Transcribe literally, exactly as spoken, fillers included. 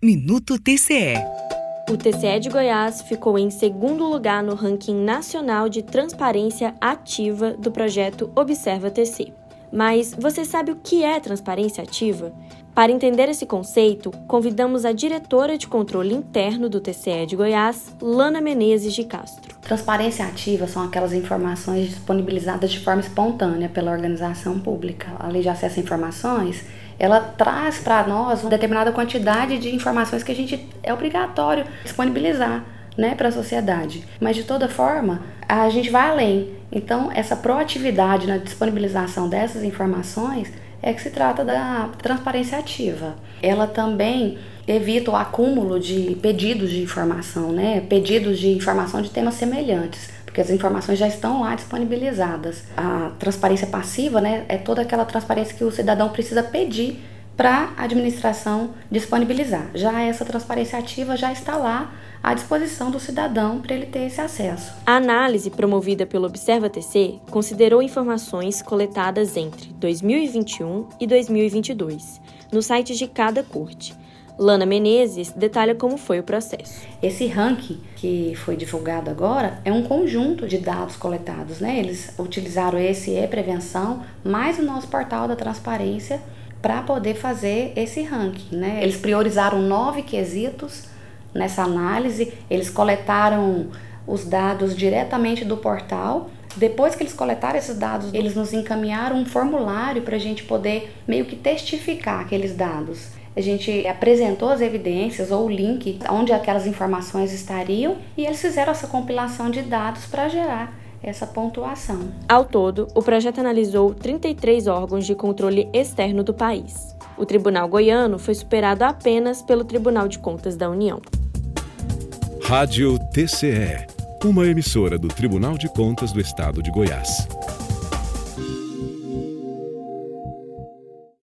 Minuto T C E. O T C E de Goiás ficou em segundo lugar no ranking nacional de transparência ativa do projeto Observa T C. Mas você sabe o que é transparência ativa? Para entender esse conceito, convidamos a diretora de controle interno do T C E de Goiás, Lana Menezes de Castro. Transparência ativa são aquelas informações disponibilizadas de forma espontânea pela organização pública. A Lei de Acesso a Informações, ela traz para nós uma determinada quantidade de informações que a gente é obrigatório disponibilizar, né, para a sociedade. Mas, de toda forma, a gente vai além. Então, essa proatividade na disponibilização dessas informações é que se trata da transparência ativa. Ela também evita o acúmulo de pedidos de informação, né? Pedidos de informação de temas semelhantes, porque as informações já estão lá disponibilizadas. A transparência passiva, né, é toda aquela transparência que o cidadão precisa pedir para a administração disponibilizar. Já essa transparência ativa já está lá à disposição do cidadão para ele ter esse acesso. A análise promovida pelo Observa T C considerou informações coletadas entre dois mil e vinte e um e dois mil e vinte e dois, no site de cada corte. Lana Menezes detalha como foi o processo. Esse ranking que foi divulgado agora é um conjunto de dados coletados, né? Eles utilizaram esse e-prevenção mais o nosso portal da transparência para poder fazer esse ranking, né? Eles priorizaram nove quesitos nessa análise, eles coletaram os dados diretamente do portal. Depois que eles coletaram esses dados, eles nos encaminharam um formulário para a gente poder meio que testificar aqueles dados. A gente apresentou as evidências ou o link onde aquelas informações estariam e eles fizeram essa compilação de dados para gerar essa pontuação. Ao todo, o projeto analisou trinta e três órgãos de controle externo do país. O Tribunal Goiano foi superado apenas pelo Tribunal de Contas da União. Rádio T C E, uma emissora do Tribunal de Contas do Estado de Goiás.